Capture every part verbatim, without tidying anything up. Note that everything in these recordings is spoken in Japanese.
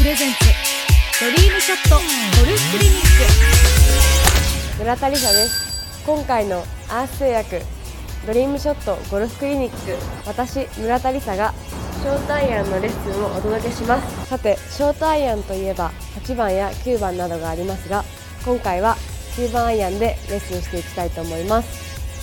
レゼンツドリームショットゴルフクリニック。 村田理沙です。今回のアース製薬ドリームショットゴルフクリニック、私村田理沙がショートアイアンのレッスンをお届けします。さて、ショートアイアンといえばはちばんやきゅうばんなどがありますが、今回はきゅうばんアイアンでレッスンしていきたいと思います。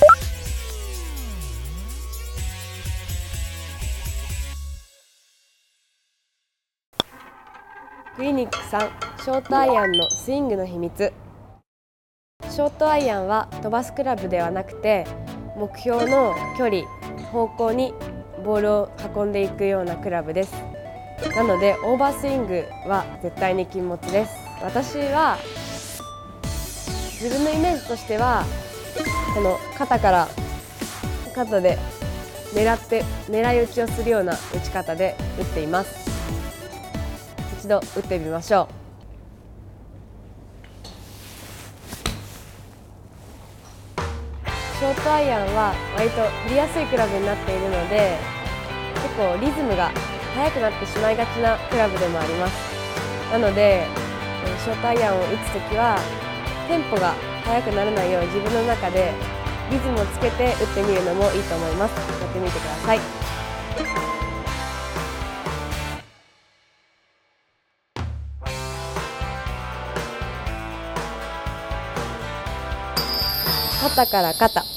クリニックさん、ショートアイアンのスイングの秘密。ショートアイアンは飛ばすクラブではなくて、目標の距離、方向にボールを運んでいくようなクラブです。なのでオーバースイングは絶対に禁物です。私は自分のイメージとしては、この肩から肩で狙って狙い撃ちをするような打ち方で打っています。一度打ってみましょう。ショートアイアンは割と振りやすいクラブになっているので、結構リズムが速くなってしまいがちなクラブでもあります。なのでショートアイアンを打つときはテンポが速くならないよう自分の中でリズムをつけて打ってみるのもいいと思います。やってみてください。肩から肩、